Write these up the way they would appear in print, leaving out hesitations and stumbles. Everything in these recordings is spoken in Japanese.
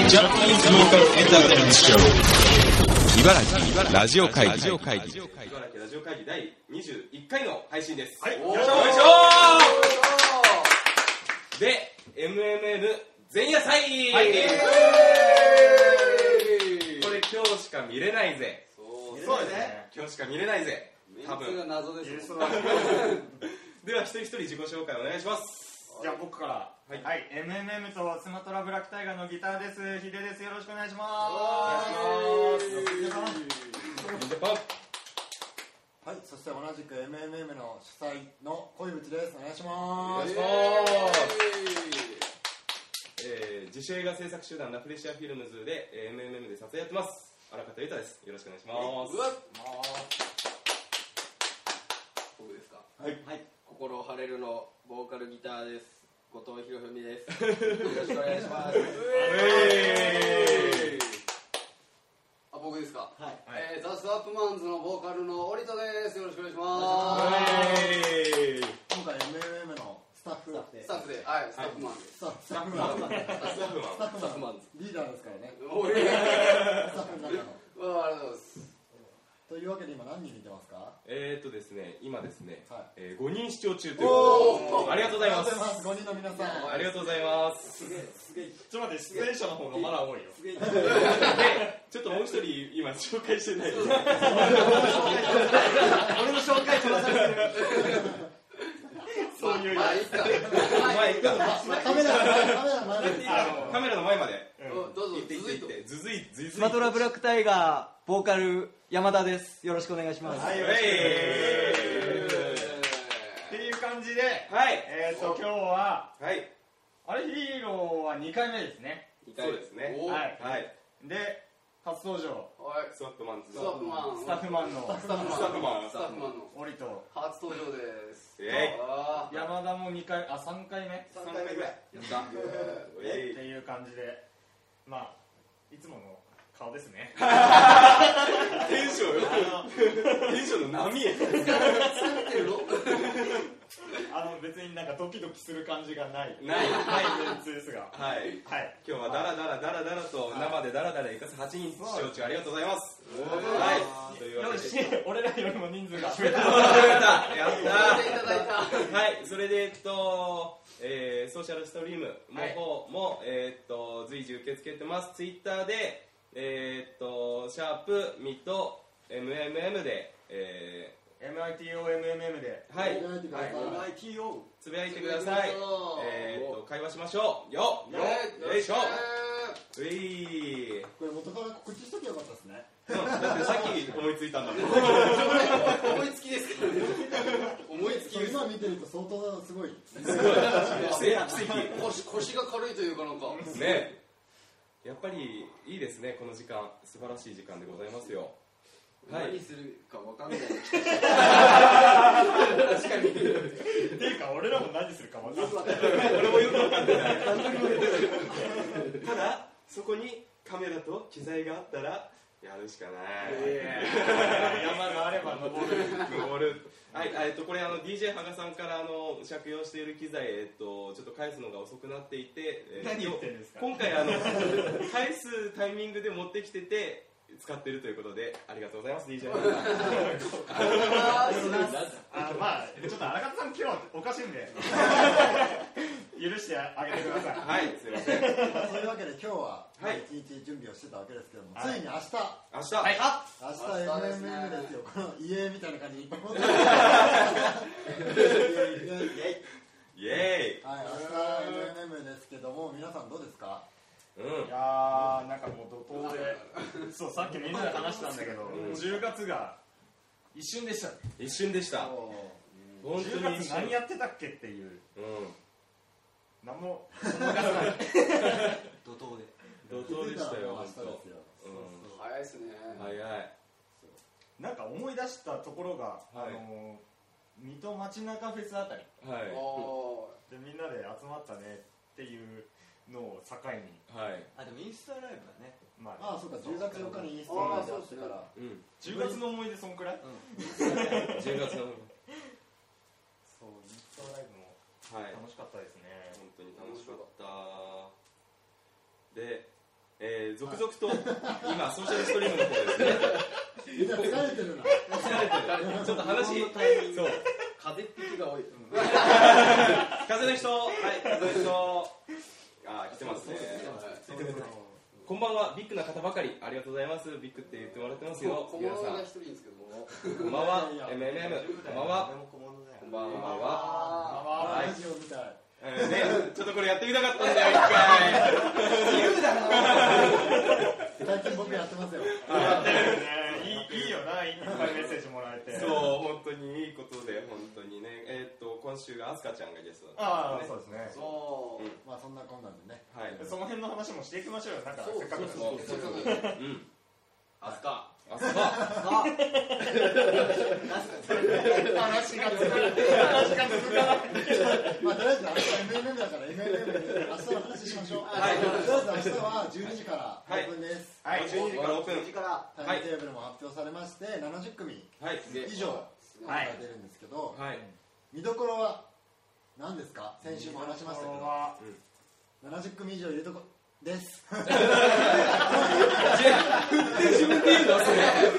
ジャパニーズローカルエンターテインメントショー茨城ラジオ会議茨城ラジオ会議第21回の配信です。 はい、よいしょで MMM 前夜祭、はい、これ今日しか見れないぜ。 そうですね、 今日しか見れないぜ。多分メンツが謎です。 では一人一人自己紹介お願いします。 じゃあ僕からはい、MMM とスマトラブラックタイガーのギターです。ヒデです。よろしくお願いします。 はい、そして同じく MMM の主催の小井口です。お願いします。 自主映画制作集団ラプレシアフィルムズで MMM で撮影やってます荒方優太です。よろしくお願いします。 僕ですか。 はい、 心晴れるのボーカルギターです。後藤博文です。よろしくお願いします。僕ですか。はい。ザ・スワップマンズのボーカルのオリトです。よろしくお願いします。 今回 MMM のスタッフで、 スタッフマンです。 スタッフマンリーダーですからね。スタッフの中の。 ありがとうございます。 というわけで今何人見てますか？ ですね、今ですね、 はい、 5人視聴中ということで、ありがとうございます。 5人の皆さん、 ありがとうございます。 すげえ。ちょっと待って、出演者の方がまだ多いよ。 で、ちょっともう一人今紹介してない。俺の紹介飛ばされてる。そういう。 カメラの前まで。 どうぞ。 続いて。 スマトラブラックタイガーボーカル山田です。よろしくお願いします。 はい、よろしく。っていう感じで、 はい。 今日は、 はい。 あれヒーローは2回目ですね。 そうですね。 はい。 はい。 で、初登場。 はい。 スワップマンズ。 スタッフマンのオリト。 初登場です。 山田も3回目。 3回ぐらい。 やった。 っていう感じで、まあいつもの顔ですね。 テンションの波へ。 別になんかドキドキする感じがないメンツですが、 はい。今日はダラダラと生でダラダラ行かせ8人視聴中ありがとうございます。はい。というわけで俺らよりも人数が増えた。 やった。はい。それでソーシャルストリームの方も随時受け付けてます。ツイッターでシャープミと MMM で MITOMMM でつぶやいてください。会話しましょうよいしょ。 これ元から告知しときゃよかったですね。 だってさっき思いついたんだもん。 思いつきですけどね。思いつき。 今見てると相当すごい。 奇跡。 腰が軽いというかなんか。 ね。やっぱりいいですね、この時間。素晴らしい時間でございますよ。 何するか分かんない。 確かに。っていうか俺らも何するか分かんない。 俺もよく分かんない。ただそこにカメラと機材があったらやるしかない。 山があれば登る。はい、これDJ 羽賀さんから借用している機材ちょっと返すのが遅くなっていて、 何言ってんですか。 今回返すタイミングで持ってきてて使ってるということでありがとうございます DJ 羽賀さん。 まあちょっと荒方さん今日はおかしいんで許してあげてください。 はい、すいません。 そういうわけで今日は一日準備をしてたわけですけども、ついに明日 MMM ですよ。この家みたいな感じにいっぱい持ってイエーイ。 はい、明日 MMM ですけども、皆さんどうですか？ いやー、なんかもう怒涛でそう、さっきみんなで話したんだけど、10月が一瞬でしたね。 一瞬でした。 本当に10月何やってたっけっていう、何も思い出せない。 怒涛でしたよ。本当。 早いですね。 早い。 なんか思い出したところが、水戸街中フェスあたりでみんなで集まったねっていうのを境に、 でもインスタライブだね。 そうか、10月4日にインスタライブやってから、 10月の思い出そんくらい。 10月のそう、インスタライブも楽しかったですね。 本当に楽しかった。で続々と今ソーシャルストリームの方ですね。 みんな疲れてるな。 ちょっと話そう風邪っぴきが多い。 風の人、はい風の人、来てますね。こんばんは、ビッグな方ばかりありがとうございます。ビッグって言ってもらってますよ。皆さん。 一人ですけども。 こんばんは、MMM。こんばんは。こんばんは。 ラジオみたい。 ちょっとこれやってみたかったんだよ、一回。 自由だな。 最近僕やってますよ。 いいよな、いっぱいメッセージもらえて。 そう、本当にいいことで、本当にね。今週がアスカちゃんがゲストだったんですね。そうですね。 そう。 まあそんなこんなんでね。 はい。 その辺の話もしていきましょうよ。なんかせっかくですそう。 アスカ。 アスカ。 話が続かない。まあとりあえず明日 MMM だから MMM 明日の話しましょう。 はい。 とりあえず明日は12時からオープンです。 はい。12時からオープン。 タイムテーブルも発表されまして70組以上が出るんですけど、見どころは何ですか？先週も話しましたけど、70組以上いるとこです。 自分で言うのそれ。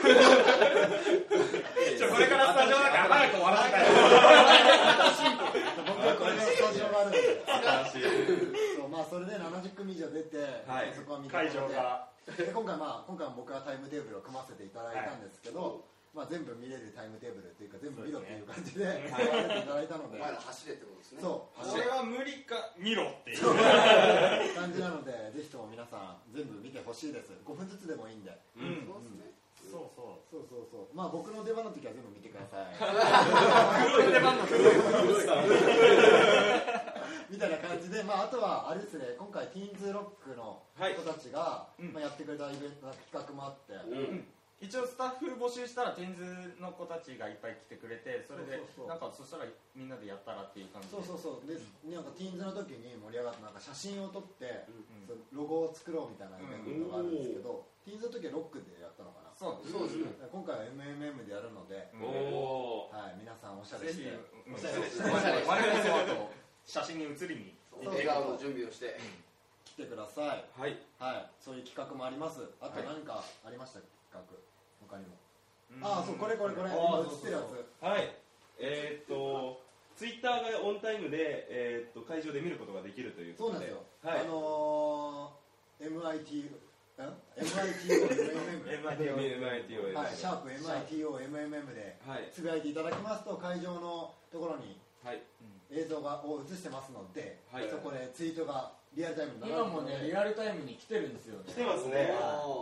これからスタジオだから早く終わらせたい。 僕はこれからスタジオがあるので。そう、まあそれで70組以上出て、そこは見どころで。今回も僕はタイムテーブルを組ませていただいたんですけど、まあ全部見れるタイムテーブルっていうか全部見ろっていう感じで組ませていただいたので。 お前ら走れってことですね。 そう。 これは無理か見ろっていう感じなので、ぜひとも皆さん全部見てほしいです。5分ずつでもいいんで。 そうですね。 そうまあ僕の出番の時は全部見てください。 黒い出番の黒いさんみたいな感じで、まああとはあれですね、今回ティーンズロックの人たちがまあやってくれたイベント企画もあって。 一応スタッフ募集したらテンズの子たちがいっぱい来てくれて、それでなんかそしたらみんなでやったらっていう感じで、 そうでなんかティーンズの時に盛り上がってなんか写真を撮ってロゴを作ろうみたいなイベントがあるんですけど、ティーンズの時はロックでやったのかな。 そうですね。 今回は MMM でやるので、はい皆さんおしゃれして、 我々も写真に写りに笑顔の準備をして来てください。 はい。 そういう企画もあります。あと何かありました企画？他にも。そうこれ今映ってるやつ。 はい。ツイッターがオンタイムで会場で見ることができるということで。 そうなんですよ。MITO、シャープ MITO、MMM でつぶやいていただきますと会場のところに映像を映してますので、そこでツイートがリアルタイムに今もねリアルタイムに来てるんですよね。 来てますね。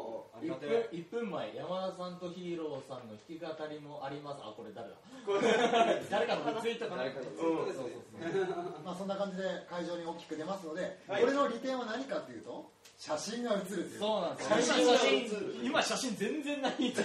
1分前、山田さんとヒーローさんの弾き語りもあります。これ誰だ？誰かのリツイートかな。 まあそんな感じで会場に大きく出ますので、これの利点は何かというと写真が写るっていう。 そうなんですよ。今写真全然ない。 そ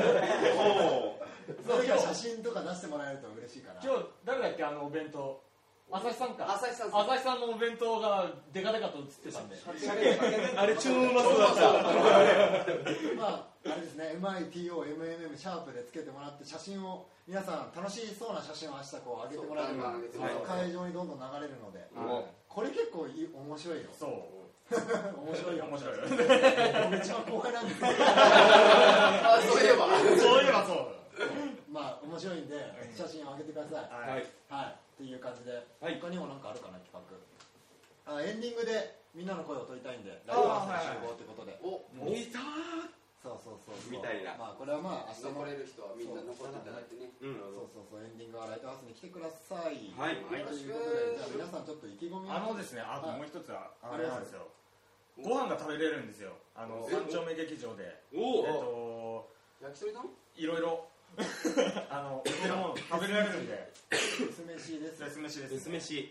れが写真とか出してもらえると嬉しいから。 今日誰だっけお弁当。朝日さんか。 朝日さんのお弁当がデカデカと写ってたんで。 あれ超うまそうだった。 まああれですね、MITO、MMM シャープでつけてもらって写真を皆さん楽しそうな写真を明日こう上げてもらえると会場にどんどん流れるので、これ結構面白いよ。 そう。 面白い。めっちゃ後輩なんですけど。 そういえばそう。まあ面白いんで写真を上げてください。はい。っていう感じで、他にも何かあるかな企画。エンディングでみんなの声を取りたいんで、ライブハウス集合ってことで。 見たー。 そうみたいな。 まあこれはまあ明日残れる人はみんな残っていただいてね。 そうエンディングはライトハウスに来てください。 はい。 ということでじゃあ皆さんちょっと意気込みを。 ですね、あともう一つはあれなんですよ。ご飯が食べれるんですよ。三丁目劇場で。 焼き鳥丼？ いろいろ。食べられるんで。 デス飯です。 デス飯。 デス飯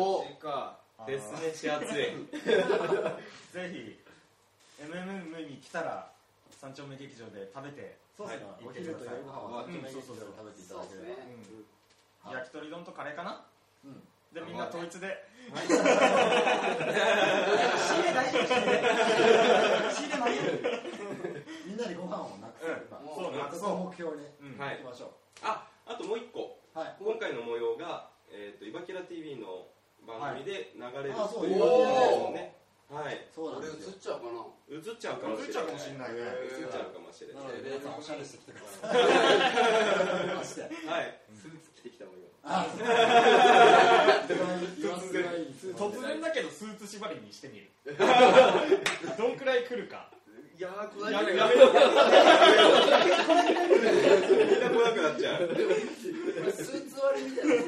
熱い。 ぜひ MMM に来たら三丁目劇場で食べて。 そうですね。お昼と夜ご飯は三丁目劇場で食べていただければ。 焼き鳥丼とカレーかな。でみんな統一で。 仕入れ大丈夫。仕入れ間に合う。 みんなでご飯をなくす。そう目標にいきましょう。 あともう一個。今回の模様がイバキラ TV の番組で流れるということですね。 じそうなん俺ですよ。 映っちゃうかな。 映っちゃうかもしれない。 映っちゃうかもしれないね。 映っちゃうかもしれない。 皆さんおしゃれしてきてください。 はい。スーツ着てきたもんよ。 突然だけどスーツ縛りにしてみる。どんくらい来るか。 いやー、 やめろ。 みんな来なくなっちゃう。 スーツ割りみたいな。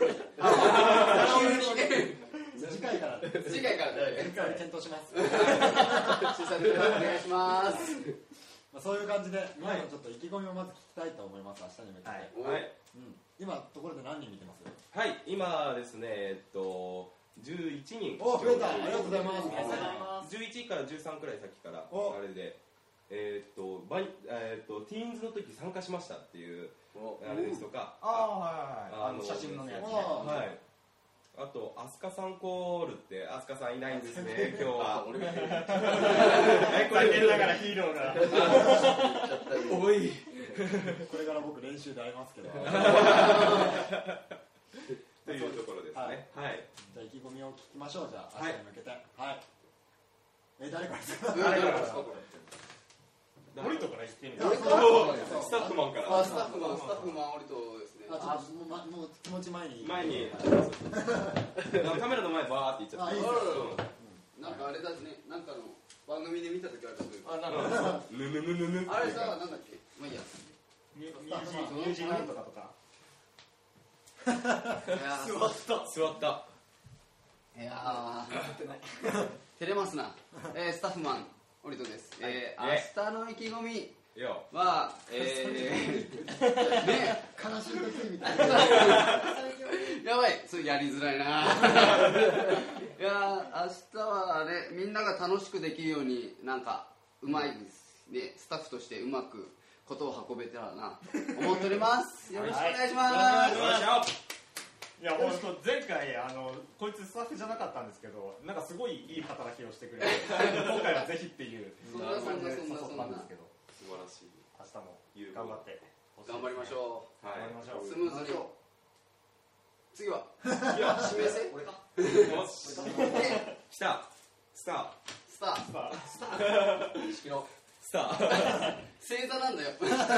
次回から検討します。 小さいお願いします。 そういう感じで皆さんちょっと意気込みをまず聞きたいと思います。明日に向けて。 はい。 今ところで何人見てます？ はい、今ですね、11人。 お、増えた。ありがとうございます。 11から13くらい先からあれで、ティーンズの時参加しましたっていうあれですとか、 写真のやつね。 はい。あとアスカさんコールってアスカさんいないんですね今日は。 残念ながらヒーローが。 おい。 これから僕練習で会いますけど。 というところですね。はい。 じゃあ意気込みを聞きましょう。じゃあ明日に向けて。はい。誰からですか？ オリトから言ってみる。 スタッフマンから。 スタッフマンオリトですね。 もう気持ち前に。 カメラの前バーって行っちゃった。 なんかあれだね、なんかの番組で見た時ある。 あれさ、なんだっけ。まあいいや。 ニュージーランドとか。 座った。 いや照れますな。スタッフマンオリトです。明日の意気込みは悲しい時みたいな。 やばい、それやりづらいな。いや明日はね、みんなが楽しくできるようになんかうまいですね、スタッフとしてうまくことを運べたらな思っております。よろしくお願いします。 いや本当前回こいつスタッフじゃなかったんですけど、なんかすごいいい働きをしてくれて、今回はぜひっていう感じで誘ったんですけど、 素晴らしい。 明日も頑張って頑張りましょう。 はい。 スムーズに。次は指名制？俺か。来た。スター。式のスター。 星座なんだよ。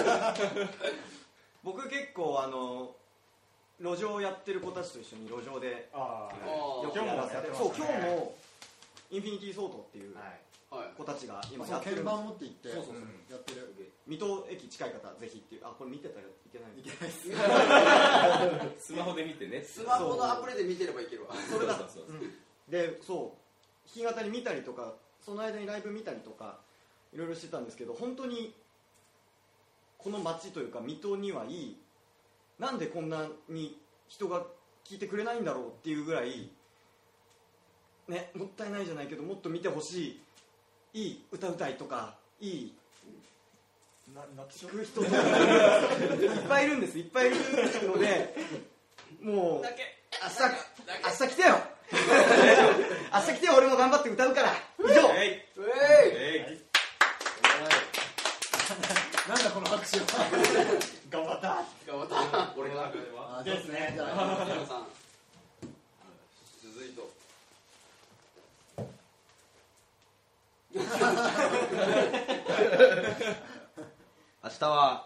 僕結構路上やってる子たちと一緒に路上で今日もやってますね。 そう、今日もインフィニティソートっていう子たちが今やってる。 鍵盤持って行ってやってる。 水戸駅近い方ぜひっていう。これ見てたらいけない。 いけないです。 スマホで見てね。 スマホのアプリで見てればいけるわ。 それだ。で、そう弾き語り見たりとか、その間にライブ見たりとかいろいろしてたんですけど、本当にこの街というか水戸にはいい、なんでこんなに人が聴いてくれないんだろうっていうぐらいね、もったいないじゃないけど、もっと見てほしい、いい歌うたいとか、いい聴く人とかいっぱいいるんです。いっぱいいるので、もう明日来てよ。明日来てよ、俺も頑張って歌うから。以上。 なんだこの拍手は。 頑張った。 俺がですね。 じゃあ皆さん続いて明日は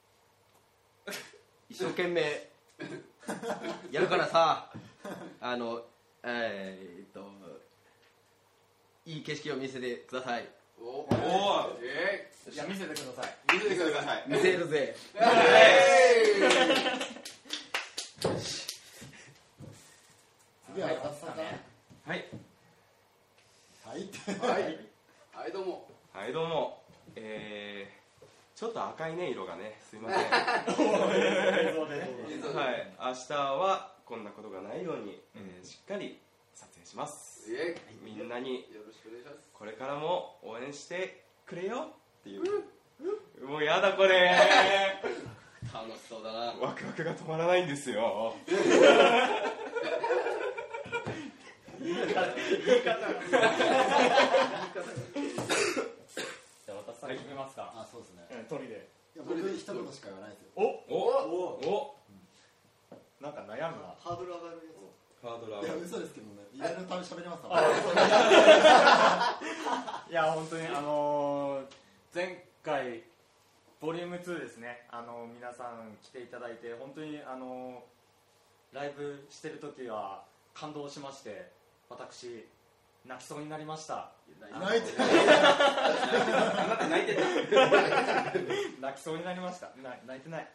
一生懸命やるからさ、いい景色を見せてください。 じゃあ見せてください。 見せるぜ。 次は赤津さんかな。 はいどうも。 はいどうも。ちょっと赤いね、色がね、すいません。はい、明日はこんなことがないように、しっかり撮影します。みんなにこれからも応援してくれよっていう。もうやだこれ。 楽しそうだな。 ワクワクが止まらないんですよ。 言い方。じゃあ私先決めますか。 そうですね。 鳥で。 僕一言しか言わないですよ。 お。 なんか悩むな。 ハードル上がるやつ。 ハードル上いやがる。 嘘ですけどね。いろいろ喋れますかいや本当に前回ボリューム2ですね、皆さん来ていただいて本当にライブしてる時は感動しまして、私泣きそうになりました。 泣いてないあなた泣いてた泣きそうになりました。泣いてない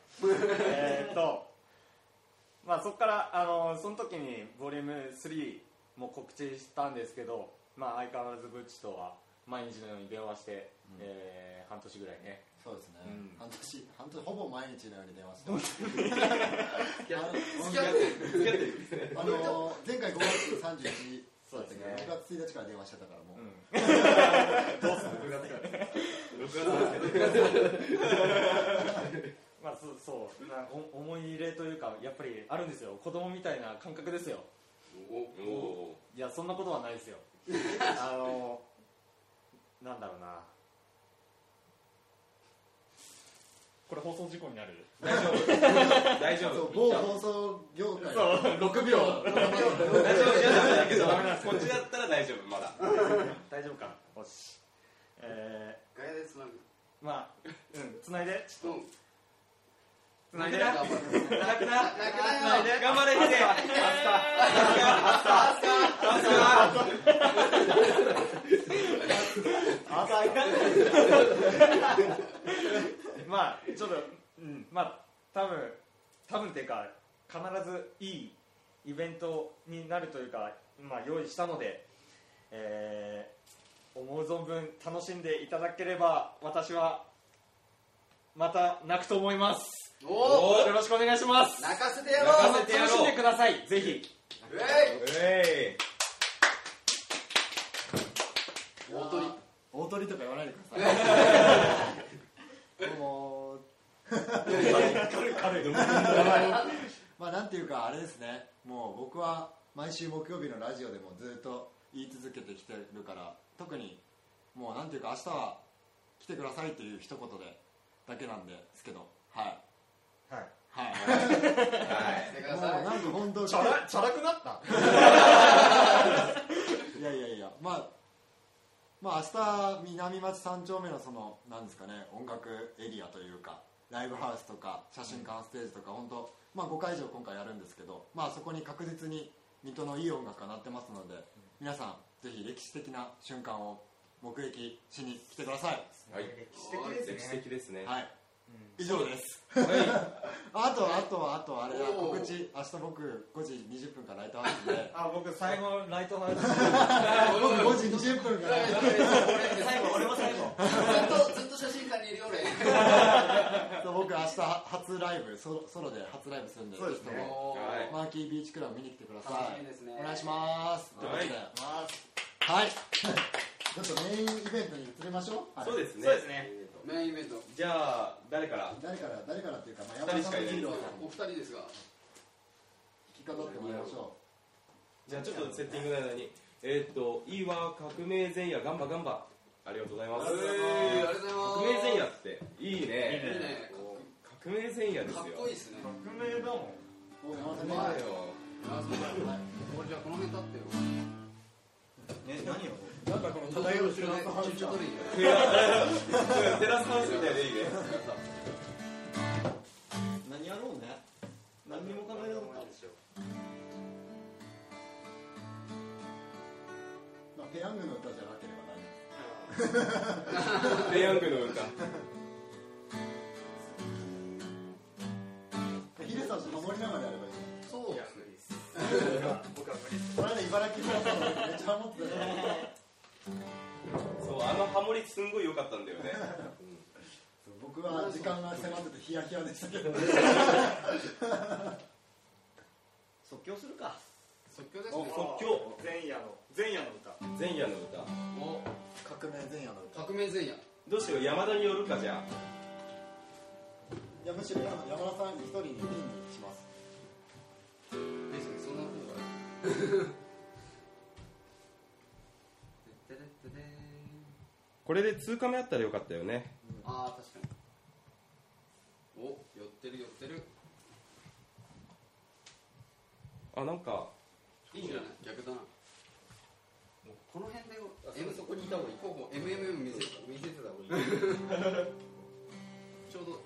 まあそこからその時にボリューム3も告知したんですけど、まあ相変わらずブッチとは毎日のように電話して、半年ぐらいね。 そうですね、半年ほぼ毎日のように電話して付き合ってる前回5月31日だったけど、6月1日から電話してたからもう、 どうする6月まあそう思い入れというかやっぱりあるんですよ。子供みたいな感覚ですよ。いやそんなことはないですよなんだろうな、これ放送事故になる？ 大丈夫大丈夫。 某放送業界そう6秒大丈夫じゃダメだけど、こっちだったら大丈夫。まだ大丈夫か。よしガヤでつなぐ。 まあつないでちょっとつないで泣くな泣くなよ。 頑張れヒデまあちょっとまあ多分っていうか必ずいいイベントになるというか、まあ用意したので、思う存分楽しんでいただければ私はまた泣くと思います。よろしくお願いします。 泣かせてやろう。 楽しんでください。ぜひ。 大鳥とか言わないでくださいもう軽いまあなんていうかあれですね、もう僕は毎週木曜日のラジオでもずっと言い続けてきてるから、特にもうなんていうか明日は来てくださいという一言でだけなんですけど、はいもうなんか本当チャラくなったいやまあ明日南町3丁目のそのなんですかね、音楽エリアというかライブハウスとか写真館ステージとか本当まあ5会場今回やるんですけど、まあそこに確実に水戸のいい音楽が鳴ってますので、皆さんぜひ歴史的な瞬間を目撃しに来てください。 はい、歴史的ですね。 はい、以上です。あとあれだ、告知、明日僕5時20分からライトハウスで僕最後ライトハウス僕5時20分から俺も最後ずっと写真館にいるよ俺僕明日初ライブソロで初ライブするんで、 そうですね、 マーキービーチクラブ見に来てください。お願いします。はい、ちょっとメインイベントに移りましょう。 そうですね。 メインイベント。 じゃあ誰からっていうか、 山田さんとヒーローさんお二人ですが引き語ってもらいましょう。じゃあちょっとセッティングの間にいいわ革命前夜ガンバガンバ、ありがとうございます。革命前夜っていいね。革命前夜ですよ。 かっこいいですね。 革命だもん。 山田さん俺じゃあこの辺立ってよ。 何をなんかこの漂う後ろでちょっといいテラスハウスみたいでいいね。 何やろうね。何にも考えなかった。 まあペヤングの歌じゃなければ大丈夫。 ペヤングの歌。 ヒデさんとハモりながらやればいい。 そうですね。 僕は無理。この間茨城の歌めっちゃハモってたね。 そう、あのハモリすんごい良かったんだよね。 僕は時間が迫っててヒヤヒヤでしたけど。 即興するか。 即興ですね。 即興。 前夜の歌。 前夜の歌。 革命前夜の歌。 革命前夜。どうしよう、山田によるかじゃあ。 いやむしろ山田さん一人にピンにします。 ですね、そんなことが。 これで2カメあったらよかったよね。 ああ確かに。寄ってる。 あ、なんかいいんじゃない？逆だな。この辺でそこにいた方がいい。 MMM 見せてた方がいい。ちょうど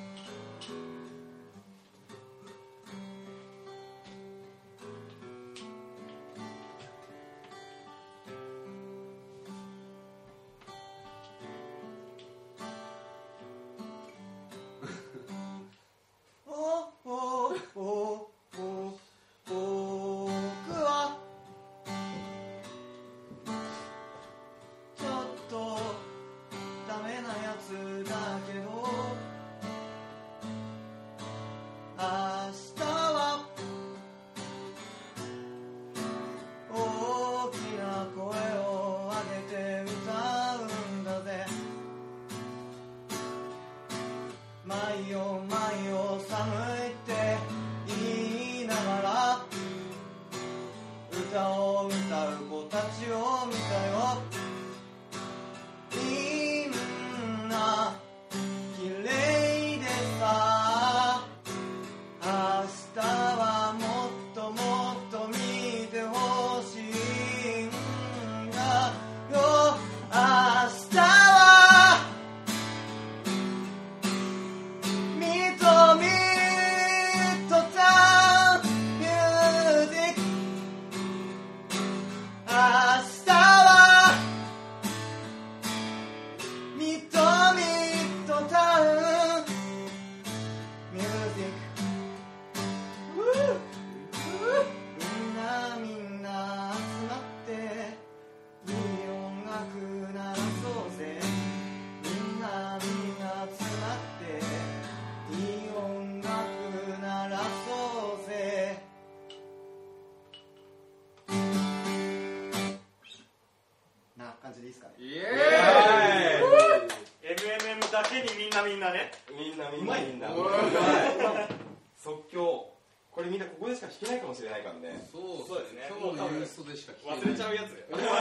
即興、これみんなここでしか弾けないかもしれないからね。 そうですね。今日のユーストでしか忘れちゃうやつ。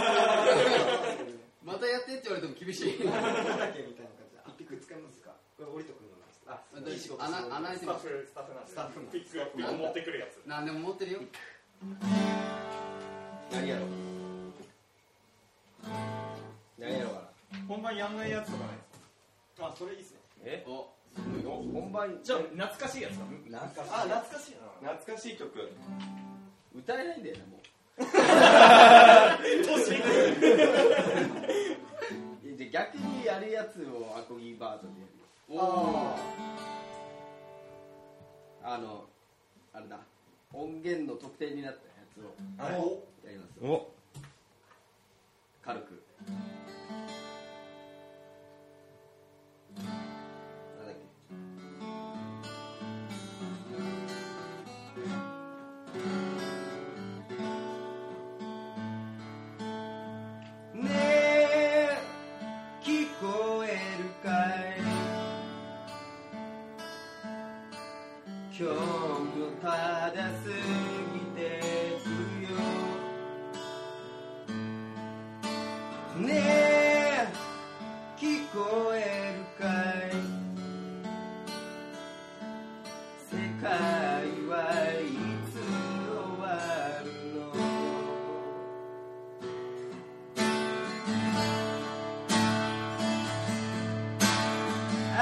またやってって言われても厳しい。 みたいな感じで、ピック使いますか。これ降りとくのなんですか。 穴開いてます。 スタッフピック持ってくるやつ。 何でも持ってるよ。 何やろう。何やろうかな。 本番やんないやつとかないですか。 あ、それいいですね。 本番じゃあ懐かしいやつか。 懐かしいな。懐かしい曲。 歌えないんだよねもう。じゃ逆にやるやつをアコギバージョンでやるよ。あれだ。音源の特典になったやつをやりますよ。軽く。今日もただ過ぎてくよねえ聞こえるかい世界はいつ終わるの明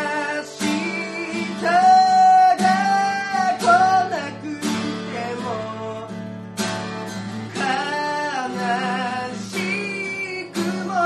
日悲しくも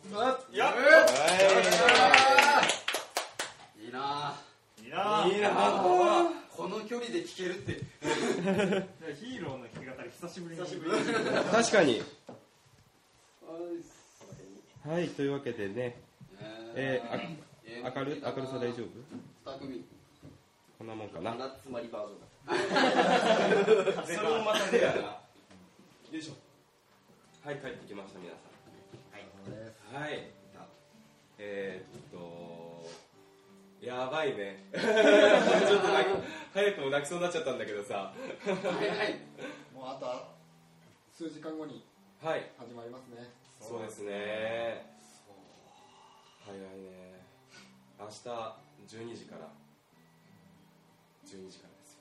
やっいいないいなこの距離で聴けるってヒーローの弾き語り久しぶりに確かに。はい、というわけでね、明るさ大丈夫 ？2組こんなもんかな。 鼻詰まりバージョンだ。 それもまたレアな。よいしょ。はい、帰ってきました皆さん。はい。やばいね。ちょっと早くも泣きそうになっちゃったんだけどさ。 もうあと数時間後に始まりますね。 そうですね。早いね。明日12時からですよ。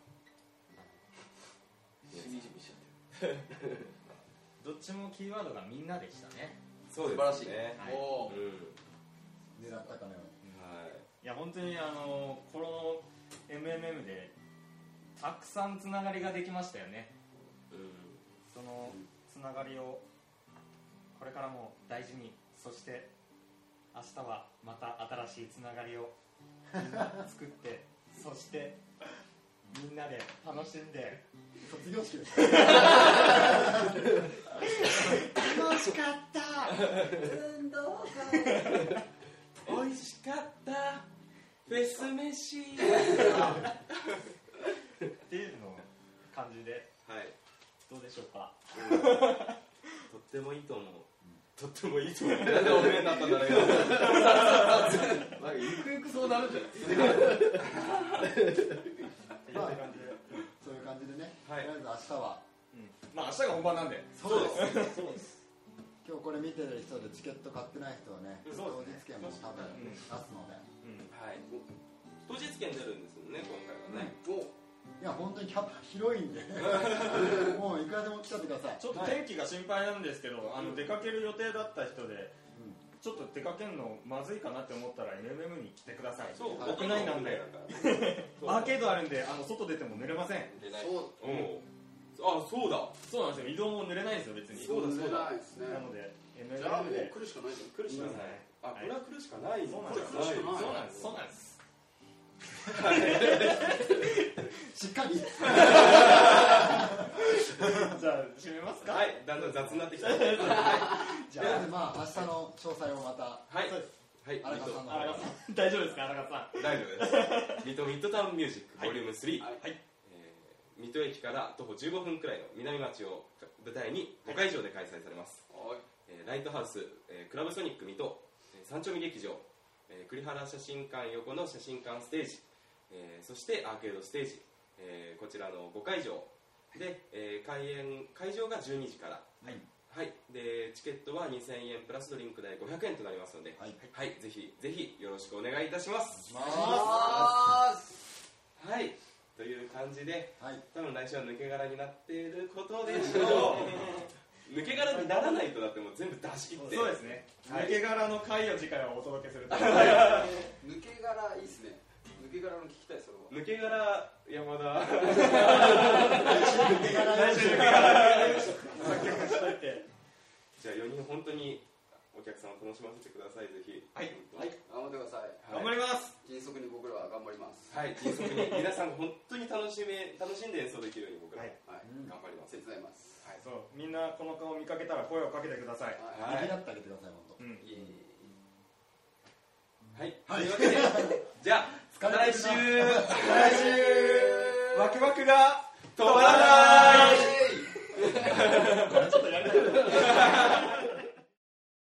どっちもキーワードがみんなでしたね。 そうですね。 狙ったかのように。 いや本当にこの MMM でたくさんつながりができましたよね。そのつながりをこれからも大事に、そして明日はまた新しいつながりを作ってそしてみんなで楽しんで卒業式です。 楽しかった運動会美味しかったフェス飯っていうの感じで、どうでしょうか。 とってもいいと思う。とってもいいと思う。なんでおめえになったんだろうよ。 ゆくゆくそうなるんじゃない。 そういう感じでね。とりあえず明日は。 まあ明日が本番なんで。 そうです。 今日これ見てる人でチケット買ってない人はね、当日券も多分出すので。 当日券出るんですよね、今回はね。 いや本当にキャパ広いんでもういくらでも来ちゃってください。 ちょっと天気が心配なんですけど、出かける予定だった人で、ちょっと出かけるのまずいかなって思ったら MMM に来てください。屋内なんでアーケードあるんで外出ても濡れません。 そうだ。 そうなんですよ。移動も濡れないんですよ別に。 そうだ。 なので MMM で来るしかないじゃん。 来るしかない。これは来るしかない。 そうなんです。 しっかり。じゃあ締めますか。 はい、だんだん雑になってきた。 じゃあまあ明日の詳細をまた。 はい。 荒川さんの。 大丈夫ですか、荒川さん。 大丈夫です。ミッドタウンミュージックボリューム3。水戸駅から徒歩15分くらいの南町を舞台に5会場で開催されます。ライトハウス、クラブソニック水戸、三丁目劇場、栗原写真館横の写真館ステージ、そしてアーケードステージ、こちらの5会場で、会場が12時から、でチケットは2000円プラスドリンク代500円となりますので、ぜひぜひよろしくお願いいたします。という感じで、多分来週は抜け殻になっていることでしょう。抜け殻にならないとだってもう全部出し切って。 そうですね。抜け殻の回を次回はお届けすると。 抜け殻いいっすね。抜け殻の聞きたいそれは。 抜け殻山田。 来週抜け殻作曲しといて。 じゃあ4人本当にお客さんを楽しませてください。ぜひ。 頑張ってください。 頑張ります。 迅速に僕らは頑張ります。 迅速に皆さん本当に楽しんで演奏できるように僕ら頑張ります。 手伝います。 そうみんなこの顔見かけたら声をかけてください。 ねぎらってあげてください本当。 というわけでじゃあ来週ワクワクが止まらない。